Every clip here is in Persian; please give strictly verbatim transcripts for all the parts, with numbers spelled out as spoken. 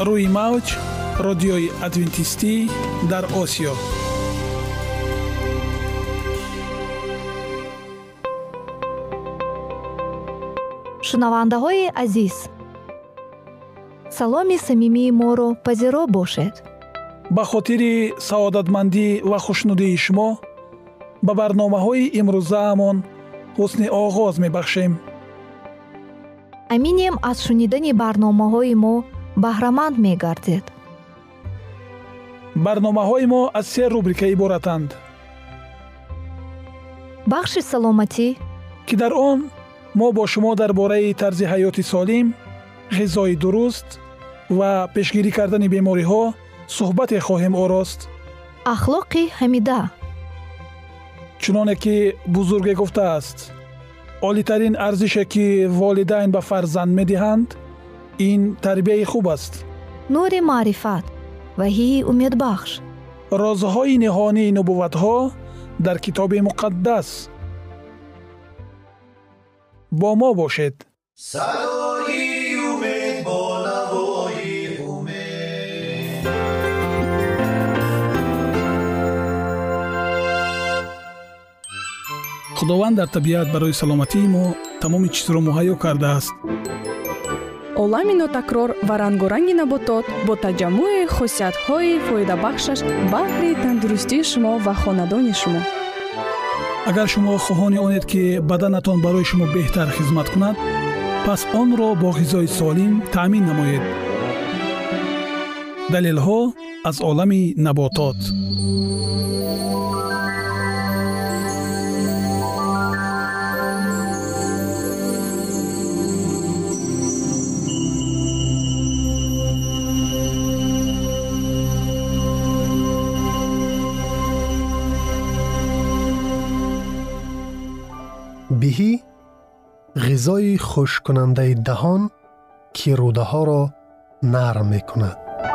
روی موج رادیوی ادوینتیستی در آسیا. шунавандаҳои азиз, саломи самимии моро пазиро бошед. ба хотири саодатмандӣ ва хушнудии шумо ба барномаҳои имрӯзаамон ҳусни оғоз мебахшем. аминем аз шунидани барномаҳои мо баҳраманд мегардед. барномаҳои мо аз се рубрика иборатанд. бахши саломатӣ ки дар он мо бо шумо дар бораи тарзи ҳаёти солим, ғизои дуруст ва пешгирӣ кардани бемориҳо суҳбате хоҳем орост. ахлоқи ҳамида. чуноне ки бузурге гуфтааст, олитарин арзише ки волидайн ба фарзанд медиҳанд, ин тарбияи хуб аст. нури маърифат, ваҳии умедбахш. розҳои ниҳонии нубувватҳо дар китоби муқаддас. бо мо бошед. садои умед бо навои умед. худованд дар табиат барои саломатии мо тамоми чизро муҳайё кардааст. олами нотакрор ва рангоранги наботот бо таҷаммӯи хусусиятҳои фоидабахшаш баҳри тандурустии шумо ва хонадони шумо. агар шумо хоҳони онед ки баданатон барои шумо беҳтар хизмат кунад, пас онро бо ғизои солим таъмин намоед. далелҳо аз олами наботот. биҳӣ ғизои хушккунандаи даҳон ки рӯдаҳоро нарм мекунад.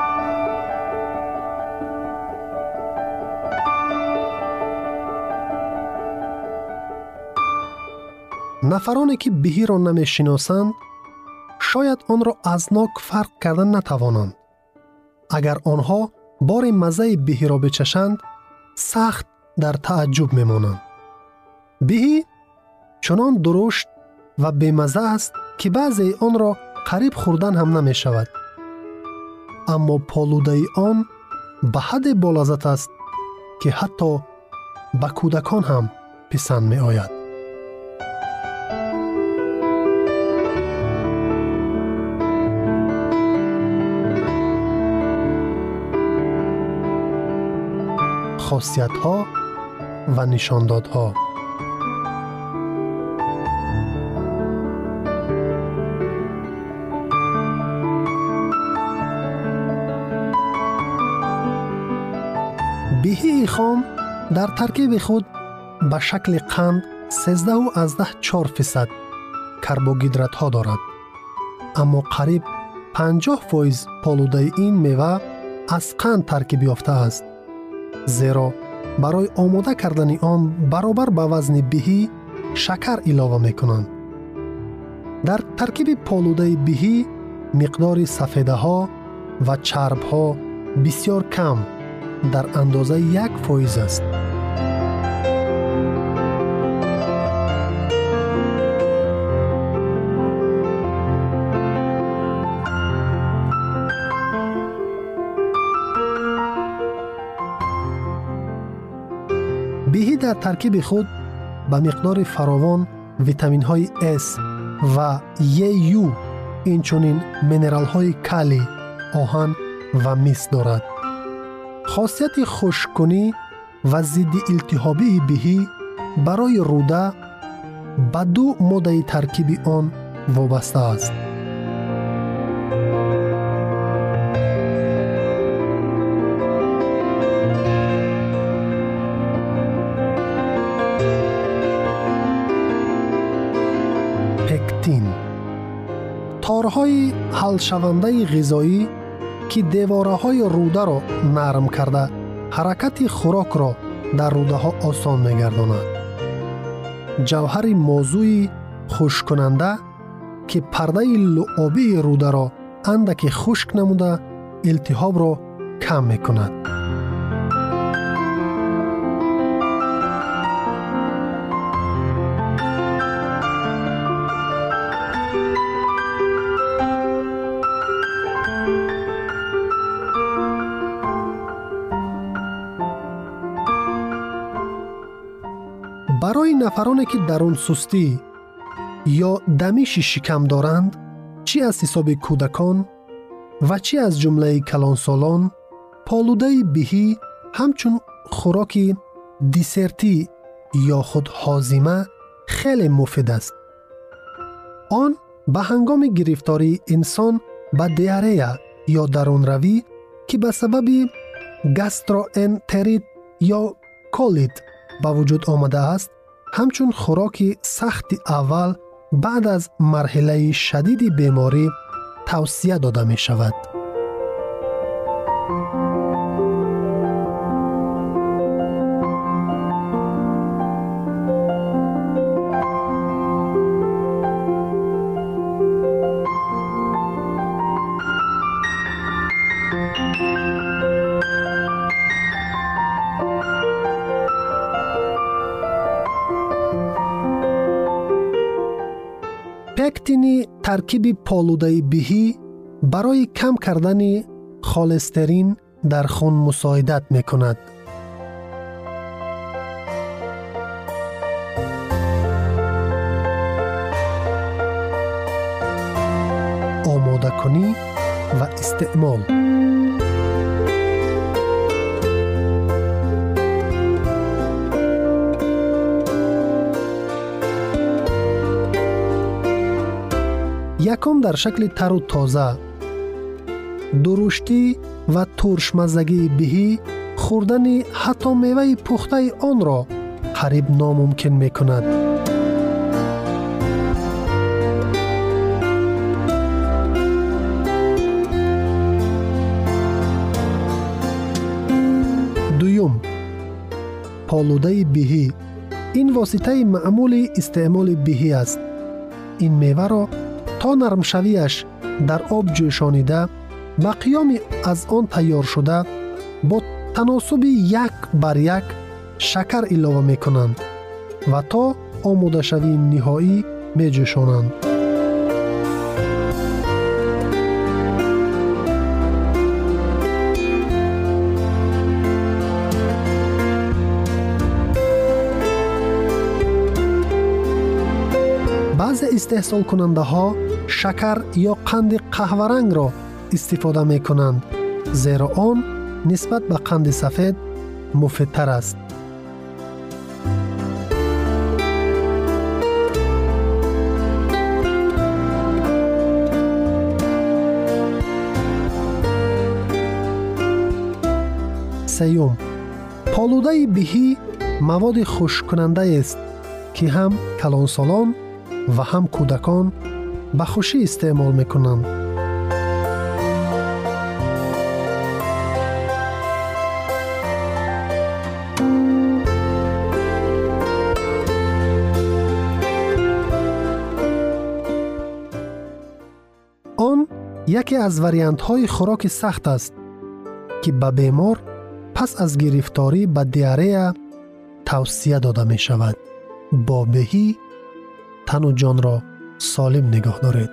нафароне ки биҳиро намешиносанд, шояд онро аз нок фарқ кардан натавонанд. агар онҳо бори маззаи биҳиро бичашанд, сахт дар тааҷҷуб мемонанд. биҳӣ чунон дурушт ва бемазза аст ки баъзеи онро қариб хӯрдан ҳам намешавад. аммо полудаи он ба ҳадде болаззат аст ки ҳатто ба кӯдакон ҳам писанд меояд. خاصیت‌ها و نشاندادها. بیهی خام در ترکیب خود به شکل قند سیزده و از ده چهار فیصد کربوهیدرات ها دارد، اما قریب پنجاه فیصد پالوده این میوه از قند ترکیب یافته است، زیرا برای آماده کردن آن برابر به وزن بیهی شکر علاوه میکنند. در ترکیب پالوده بیهی مقدار سفیده ها و چرب ها بسیار کم در اندازه یک فیصد است. بیهی در ترکیب خود به مقدار فراوان ویتامین های S و یو اینچنین مینرال های کالی، آهن و مس دارد. خاصیت خشک‌کنی و ضد التهابی بیهی برای روده به دو ماده ترکیب آن وابسته است. پکتین، تارهای حل شونده غذایی که دیواره های روده را نرم کرده حرکت خوراک را در روده ها آسان می‌گرداند. جوهر موضوعی خشک کننده که پرده لعابی روده را اندکی خشک نموده التهاب را کم میکند. برای نفرانی که درون سستی یا دمیش شکم دارند، چی از حساب کودکان و چی از جمله کلانسالان، پالوده بهی همچون خوراک دیسرتی یا خود هاضمه خیلی مفید است. آن به هنگام گرفتاری انسان به دیاره یا درون روی که به سبب گاستروانتریت یا کولیت به وجود آمده است، همچون خوراک سخت اول بعد از مرحله شدید بیماری توصیه داده می شود. پکتین ترکیب پالوده بهی برای کم کردن خولسترین در خون مساعدت می کند. آماده کنی و استعمال. یکم در شکل تر و تازه، درشتی و ترشمزگی بهی خوردن حتی میوه پخته آن را قریب ناممکن می کند. دویم، پالوده بهی. این واسطه معمول استعمال بهی است. این میوه را تا نرم شویش در آب جوشانیده و قیام از آن تیار شده با تناسب یک بر یک شکر اضافه می کنند و تا آماده شوی نهایی می جوشانند. بعضی استحصال کننده ها شکر یا قند قهوه رنگ را استفاده می کنند، زیرا آن نسبت به قند سفید مفیدتر است. سیوم، پالوده بهی مواد خشک کننده است که هم کلانسالان و هم کودکان به خوشی استعمال میکنند. آن یکی از وریانت های خوراک سخت است که به بیمار پس از گرفتاری به دیاره توصیه داده می شود. با بهی تن و جان را سالم نگاه دارید.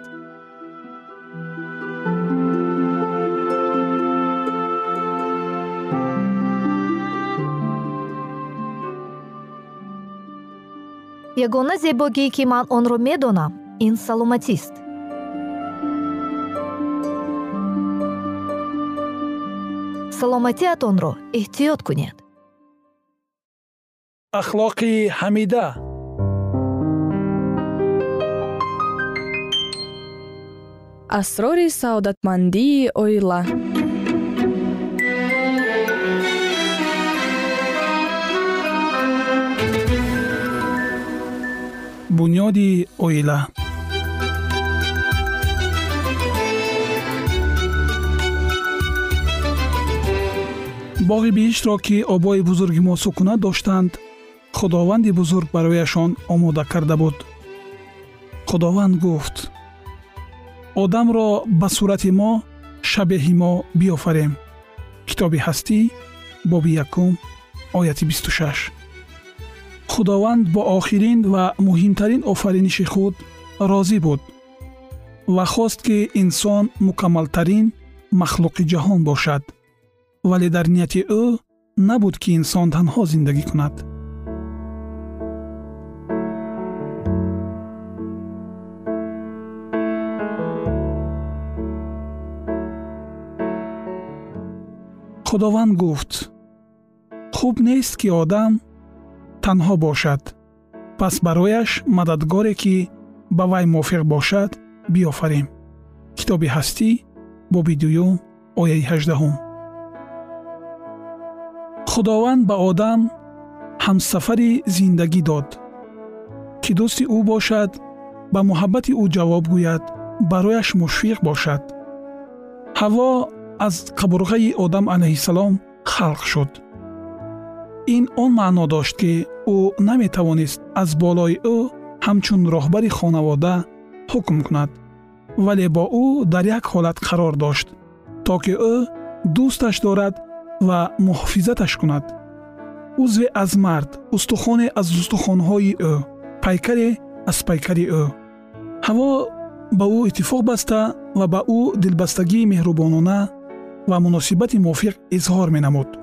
ягона зебогие ки ман онро медонам ин саломатист. саломатиатонро эҳтиёт кунед. اخلاقی حمیده. اسرار سعادتمندی اویلا. بنیادی اویلا. باغی بیش را که آبای بزرگ ما سکونت داشتند، خداوند بزرگ برایشان آماده کرده بود. خداوند گفت: آدم را به صورت ما شبیه ما بیافریم. کتاب هستی باب یکم آیت بیست و شش. خداوند با آخرین و مهمترین آفرینش خود راضی بود و خواست که انسان مکملترین مخلوق جهان باشد، ولی در نیت او نبود که انسان تنها زندگی کند. خداوند گفت خوب نیست که آدم تنها باشد، پس برایش مددگاری که با وی موافق باشد بیافریم. کتاب هستی باب دوم آیه هجده. خداوند به آدم همسفری زندگی داد که دوست او باشد، به محبت او جواب گوید، برایش مشفق باشد. حوا از قبرغه آدم علیه السلام خلق شد. این آن معنا داشت که او نمی توانست از بالای او همچون راهبر خانواده حکم کند، ولی با او در یک حالت قرار داشت تا که او دوستش دارد و محافظتش کند. عضو از مرد، استخوان از استخوان‌های او، پیکر از پیکر او. حوا با او اتفاق بسته و با او دلبستگی مهربانانه و مناسبت موافق اظهار می نمود.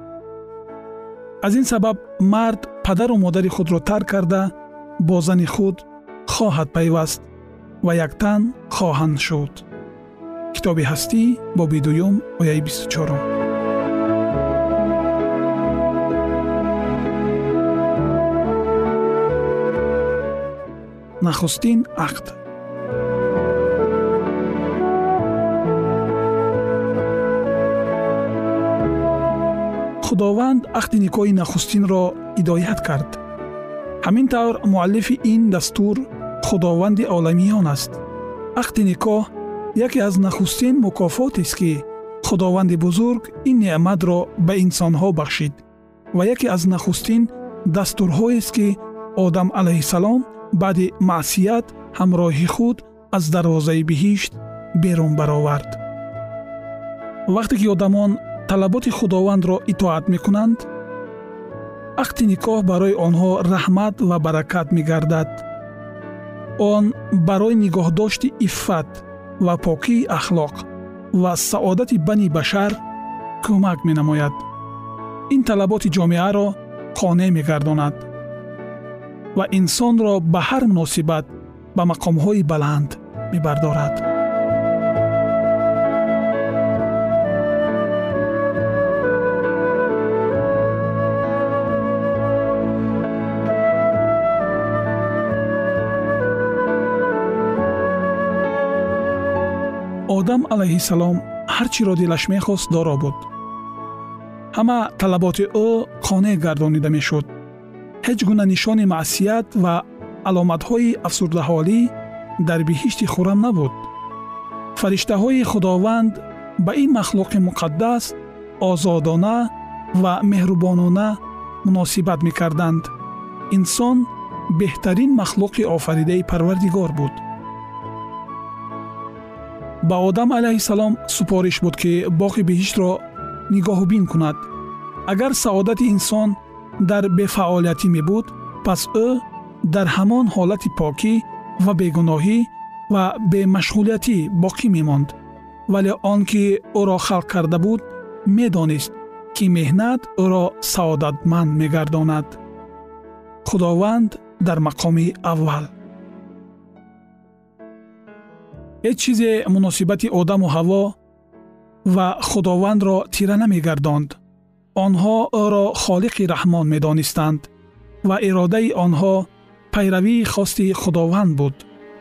از این سبب مرد پدر و مادر خود را ترک کرده با زن خود خواهد پیوست و یک تن خواهند شد. کتاب هستی باب دوم آیه بیست و چهار. نخستین عقد. خداوند عقد نکاح نخستین را هدایت کرد. همین طور مؤلف این دستور خداوند عالمیان است. عقد نکاح یکی از نخستین مکافات است که خداوند بزرگ این نعمت را به انسانها بخشید و یکی از نخستین دستورهایی است که آدم علیه السلام بعد معصیت همراه خود از دروازه بهشت بیرون برآورد. وقتی که آدمان طلبات خداوند را اطاعت می‌کنند، عقد نکاح برای آنها رحمت و برکت می‌گردد. آن برای نگاه داشت عفت و پاکی اخلاق و سعادت بنی بشر کمک می‌نماید. این طلبات جامعه را قانع می‌گرداند و انسان را به هر مناسبت به مقام‌های بلند می‌بردارد. آدم علیه السلام هرچی را دلش می‌خواست دارا بود. همه طلبات او قانع گردانیده می‌شد. هیچ گونه نشان معصیت و علامت‌های افسرده‌حالی در بهشت خرم نبود. فرشته‌های خداوند به این مخلوق مقدس آزادانه و مهربانانه مناسبت می‌کردند. انسان بهترین مخلوق آفریده پروردگار بود. با آدم علیه السلام سپارش بود که باغ بهشت را نگاه و بین کند. اگر سعادت انسان در بی‌فعالیتی می بود، پس او در همان حالت پاکی و بیگناهی و به مشغولیتی باقی می ماند. ولی آن که او را خلق کرده بود می دانست که مهنت او را سعادتمند می گرداند. خداوند در مقام اول. هیچ چیز مناسبت آدم و حوا و خداوند را تیره نمی گرداند. آنها او را خالق رحمان می دانستند و اراده آنها پیروی خواست خداوند بود.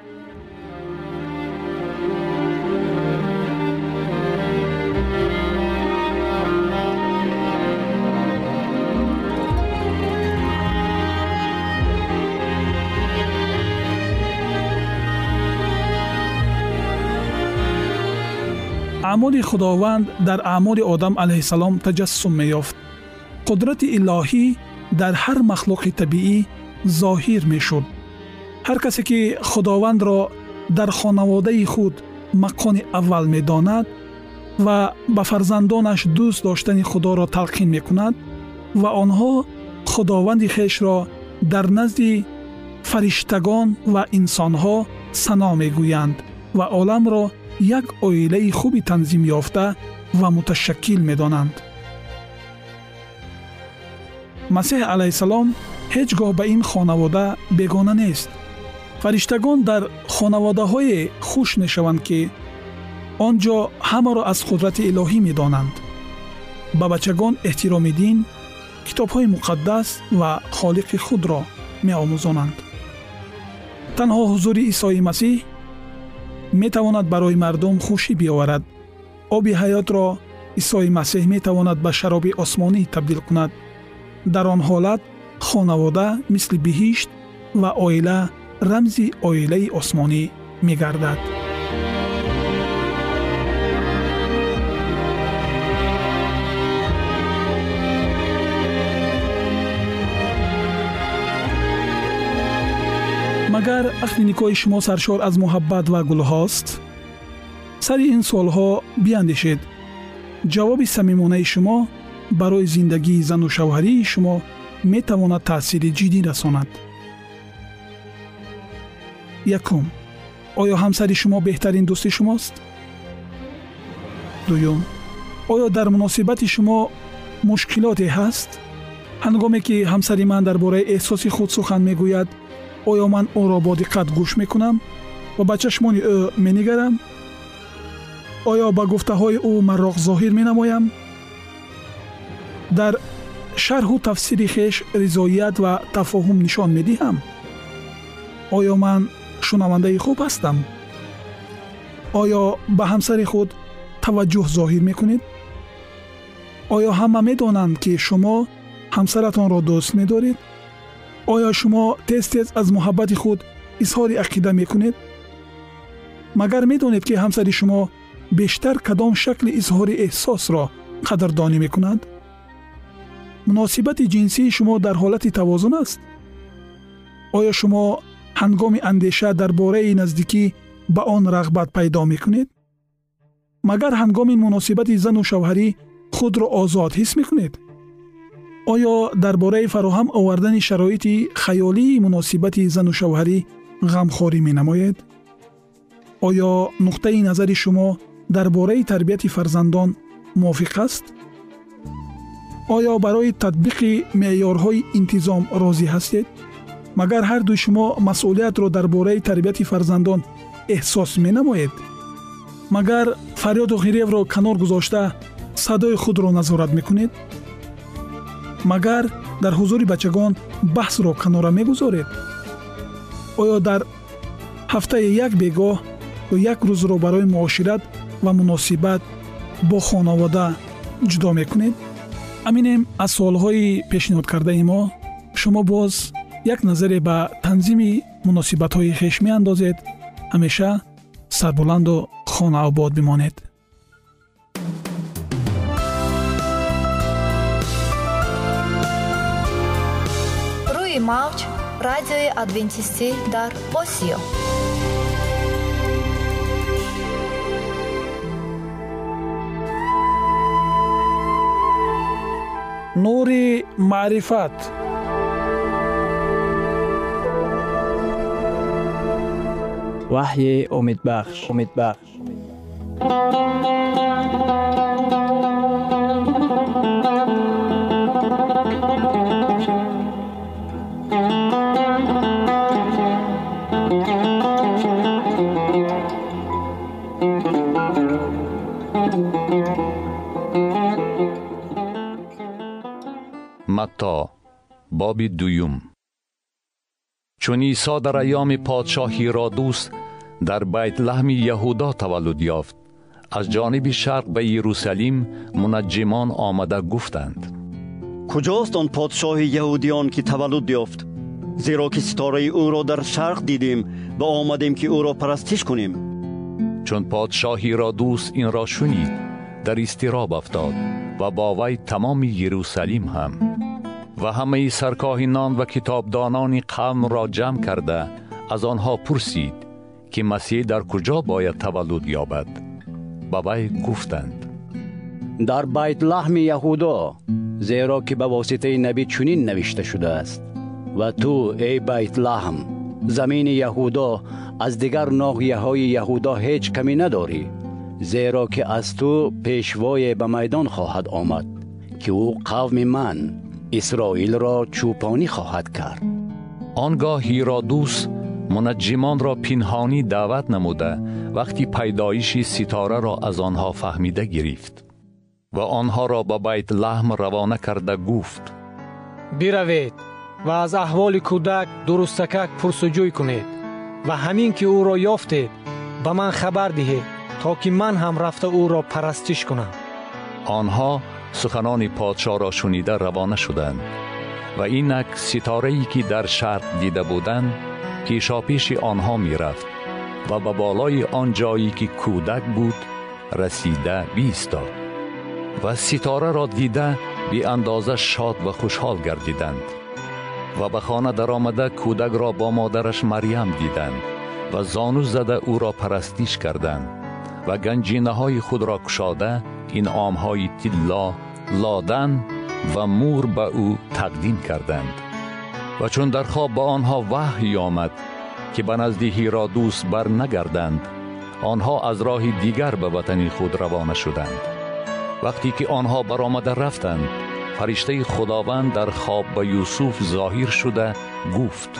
اعمال خداوند در اعمال آدم علیه السلام تجسم می‌یافت. قدرت الهی در هر مخلوق طبیعی ظاهر می‌شد. هر کسی که خداوند را در خانواده خود مکان اول می‌داند، و به فرزندانش دوست داشتن خدا را تلقین می کند و آنها خداوند خویش را در نزد فرشتگان و انسانها ثنا می گویند و عالم را یک عائله خوبی تنظیم یافته و متشکل می دانند. مسیح علیه السلام هیچگاه به این خانواده بیگانه نیست. فرشتگان در خانواده های خوش می شوند که آنجا همه را از قدرت الهی می دانند. به بچگان احترام دین، کتاب های مقدس و خالق خود را می آموزانند. تنها حضور عیسی مسیح می تواند برای مردم خوشی بیاورد. آب حیات را عیسی مسیح می تواند به شراب آسمانی تبدیل کند. در آن حالت خانواده مثل بهشت و عائله رمزی عائله آسمانی می گردد. مگر عقد نکاح شما سرشار از محبت و گل هاست؟ سر این سوال ها بیاندیشید. جواب صمیمانه شما برای زندگی زن و شوهری شما می تواند تأثیر جدی رساند. یکم، آیا همسر شما بهترین دوست شماست؟ دوم، آیا در مناسبت شما مشکلاتی هست؟ هنگامی که همسر من درباره احساس خود سخن می گوید، آیا من او را با دقت گوش می کنم و به چشمان او می نگرم؟ آیا با گفته های او مراق ظاهر می نمایم؟ در شرح و تفسیر خویش رضایت و تفاهم نشان می دهم؟ آیا من شنونده خوب هستم؟ آیا به همسر خود توجه ظاهر می کنید؟ آیا همه می دانند که شما همسرتان را دوست می دارید؟ آیا شما تیز تیز از محبت خود اظهار عقیده می کنید؟ مگر می دانید که همسر شما بیشتر کدام شکل اظهار احساس را قدردانی می کند؟ مناسبت جنسی شما در حالت توازن است؟ آیا شما هنگام اندیشه درباره نزدیکی به آن رغبت پیدا می کنید؟ مگر هنگام مناسبت زن و شوهری خود را آزاد حس می کنید؟ آیا درباره فراهم آوردن شرایط خیالی مناسبت زن و شوهری غمخواری می نماید؟ آیا نقطه نظر شما درباره تربیت فرزندان موافق است؟ آیا برای تطبیق معیارهای انتظام راضی هستید؟ مگر هر دو شما مسئولیت را درباره تربیت فرزندان احساس می نماید؟ مگر فریاد و غریو را کنار گذاشته صدای خود را نظارت می کنید؟ مگر در حضور بچگان بحث را کنار می گذارید؟ آیا در هفته یک بیگاه و یک روز را برای معاشرت و مناسبت با خانواده جدا می کنید؟ امینیم از سوالهای پیشنهاد کرده ما شما باز یک نظر به تنظیم مناسبت های خویش می اندازید. همیشه سربلند و خانه آباد بمانید. روی موج رادیوی ادوینتیستی در آسیا. نور معرفت. وحی امیدبخش. امیدبخش. متی باب دویم. چون عیسی در ایام پادشاه هیرودوس در بیت لحم یهودا تولد یافت، از جانب شرق به یروشلیم منجمان آمده گفتند: کجاست آن پادشاه یهودیان که تولد یافت؟ زیرا که ستاره او را در شرق دیدیم و آمدیم که او را پرستش کنیم. چون پادشاه هیرودوس این را شنید، در اضطراب افتاد و با وی تمام یروشلیم هم. و همه سرکاهنان و کتابدانان قوم را جمع کرده از آنها پرسید که مسیح در کجا باید تولد یابد. با وی گفتند: در بیت لحم یهودا، زیرا که به واسطه نبی چنین نوشته شده است: و تو ای بیت لحم، زمین یهودا، از دیگر ناحیه های یهودا هیچ کمی نداری، زیرا که از تو پیشوای به میدان خواهد آمد که او قوم من اسرائیل را چوپانی خواهد کرد. آنگاه هیرودوس منجمان را پنهانی دعوت نموده وقتی پیدایش ستاره را از آنها فهمیده گرفت و آنها را به بیت لحم روانه کرده گفت: بروید و از احوال کودک درستکک پرسجوی کنید و همین که او را یافتید به من خبر دهید تا که من هم رفته او را پرستش کنم. آنها سخنان پادشاه را شنیده روانه شدند و اینک ستاره‌ای که در شرق دیده بودند پیشاپیش آنها می رفت و به بالای آن جایی که کودک بود رسیده بیستاد و ستاره را دیده بی اندازه شاد و خوشحال گردیدند و به خانه در آمده کودک را با مادرش مریم دیدند و زانو زده او را پرستش کردند و گنجینه های خود را کشاده انعام های طلا، لادن و مور به او تقدیم کردند. و چون در خواب با آنها وحی آمد که به نزد هیرودوس بر نگردند، آنها از راه دیگر به وطن خود روانه شدند. وقتی که آنها برآمده رفتند، فرشته خداوند در خواب به یوسف ظاهر شده گفت: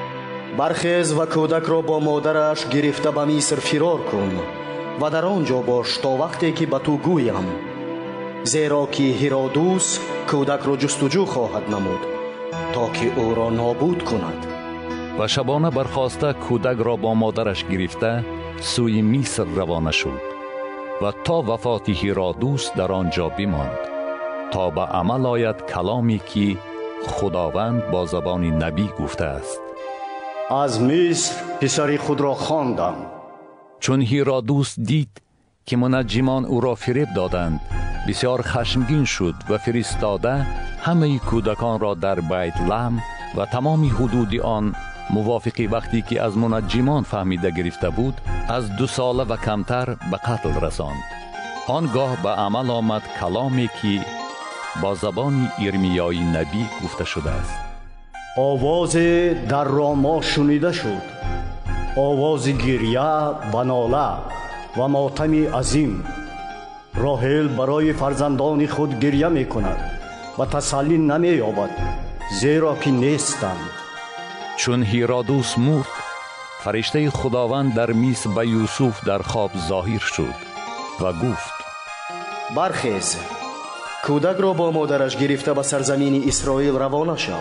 برخیز و کودک را با مادرش گرفته به مصر فرار کن و در آنجا باش تا وقتی که به تو گویم، زیرا که هیرودوس کودک را جستجو خواهد نمود تا که او را نابود کند. و شبانه برخاسته کودک را با مادرش گرفته سوی مصر روانه شد و تا وفات هیرودوس در آنجا بماند تا به عمل آید کلامی که خداوند با زبان نبی گفته است: از مصر پسری خود را خواندم. چون هیرودوس دید که منجمان او را فریب دادند، بسیار خشمگین شد و فرستاده همه کودکان را در بیت لحم و تمام حدود آن موافق وقتی که از منجمان فهمیده گرفته بود از دو ساله و کمتر به قتل رساند. آنگاه به عمل آمد کلامی که با زبان ارمیای نبی گفته شده است: آواز در راما شنیده شد، آواز گریه و ناله و ماتم عظیم. راحل برای فرزندان خود گریه می کند و تسلی نمی یابد، زیرا که نیستند. چون هیرودوس مرد، فرشته خداوند در مصر به یوسف در خواب ظاهر شد و گفت: برخیز، کودک را با مادرش گرفته به سرزمین اسرائیل روانه شو،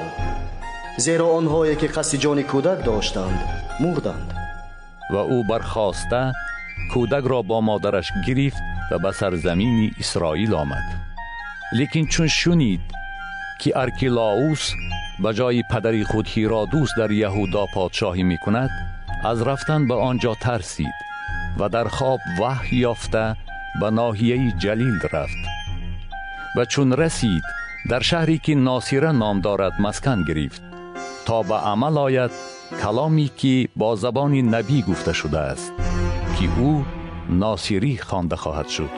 زیرا آنهایی که قصد جان کودک داشتند مردند. و او برخاسته کودک را با مادرش گرفت و به سرزمین اسرائیل آمد. لیکن چون شنید که ارکلاوس به جای پدر خود هیرودوس در یهودا پادشاهی می کند، از رفتن به آنجا ترسید و در خواب وحی یافته به ناحیه جلیل رفت. و چون رسید در شهری که ناصره نام دارد مسکن گرفت تا به عمل آید کلامی که با زبان نبی گفته شده است که او ناصری خوانده خواهد شد.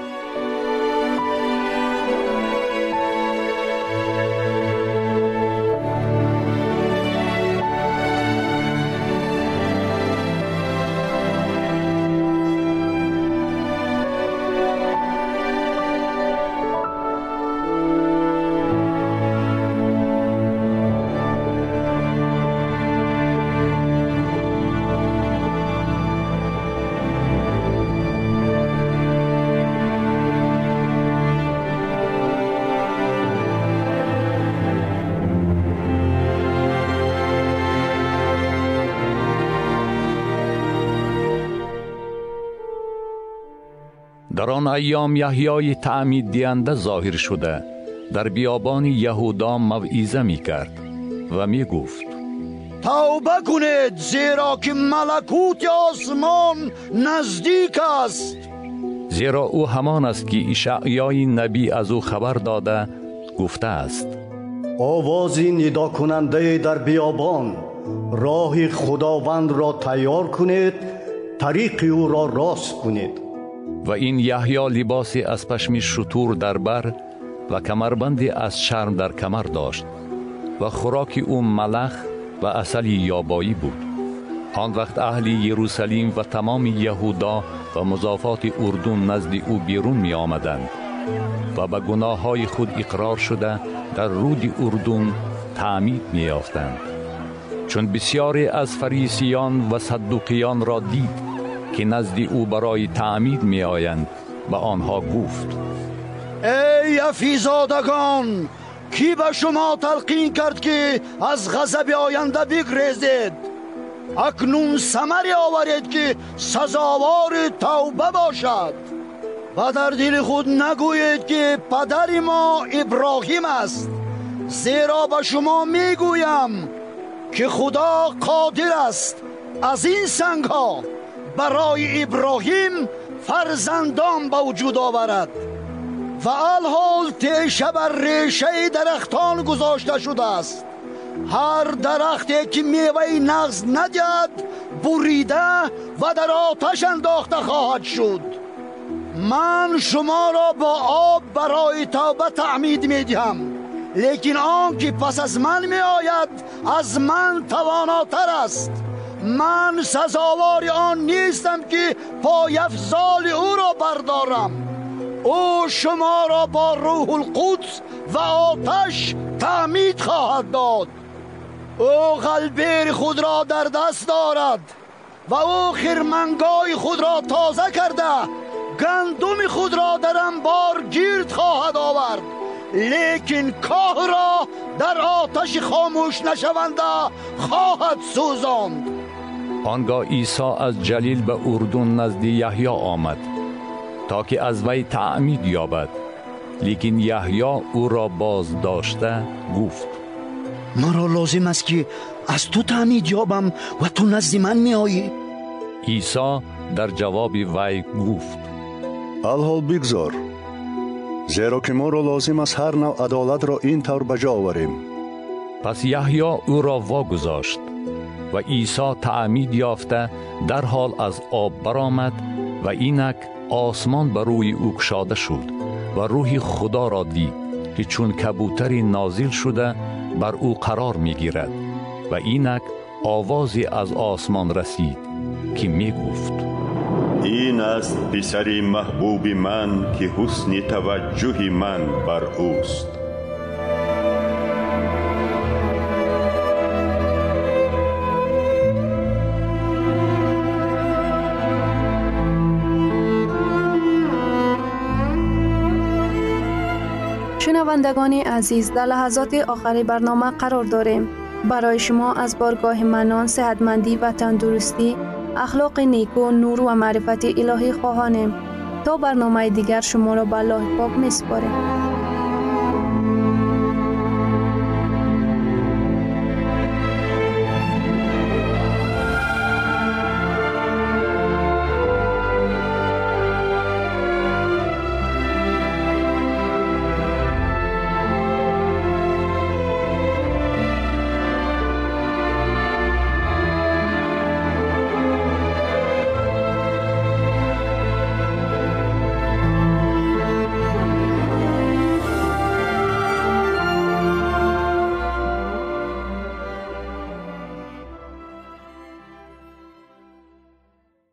در آن ایام یحیای تعمید دهنده ظاهر شده در بیابان یهودا موعظه می کرد و می گفت: توبه کنید، زیرا که ملکوت آسمان نزدیک است. زیرا او همان است که اشعیای نبی از او خبر داده گفته است: آوازی ندا کننده در بیابان، راه خداوند را تیار کنید، طریق او را راست کنید. و این یحیی لباسی از پشم شتور در بر و کمربندی از چرم در کمر داشت و خوراک او ملخ و عسل یابایی بود. آن وقت اهل یروشلیم و تمام یهودا و مضافات اردن نزد او بیرون می آمدند و به گناه های خود اقرار شده در رود اردن تعمید می یافتند. چون بسیاری از فریسیان و صدوقیان را دید که نزد او برای تعمید می آیند به آنها گفت: ای افیزادگان، کی به شما تلقین کرد که از غضب آینده بگریزید؟ اکنون ثمری آورید که سزاوار توبه باشد و در دل خود نگویید که پدر ما ابراهیم است، زیرا به شما میگویم که خدا قادر است از این سنگ ها برای ابراهیم فرزندان به وجود آورد. و الحال تیشه بر ریشه درختان گذاشته شده است. هر درختی که میوه نغز ندهد بریده و در آتش انداخته خواهد شد. من شما را با آب برای توبه تعمید میدهم، لیکن آن که پس از من می آید از من تواناتر است. من سزاوار آن نیستم که پای افضال او را بردارم. او شما را با روح القدس و آتش تعمید خواهد داد. او غلبیر خود را در دست دارد و او خرمنگای خود را تازه کرده گندم خود را در انبار گرد خواهد آورد، لیکن کاه را در آتش خاموش نشونده خواهد سوزاند. آنگاه عیسی از جلیل به اردن نزد یحیی آمد تا که از وی تعمید یابد، لیکن یحیی او را باز داشته گفت: مرا لازم است که از تو تعمید یابم و تو نزد من می آیی؟ عیسی در جواب وی گفت: الحال بگذار، زیرا که ما را لازم است هر نوع عدالت را این طور بجا آوریم. پس یحیی او را واگذاشت و عیسی تعمید یافته در حال از آب برآمد و اینک آسمان بر روی او گشاده شد و روح خدا را دید که چون کبوتری نازل شده بر او قرار می گیرد و اینک آوازی از آسمان رسید که می گفت: این است پسر محبوب من که حسن توجه من بر اوست. شنوندگان عزیز، در لحظات آخری برنامه قرار داریم. برای شما از بارگاه منان، صحتمندی و تندرستی، اخلاق نیکو، نور و معرفت الهی خواهانیم. تا برنامه دیگر شما را به الله پاک می‌سپاریم.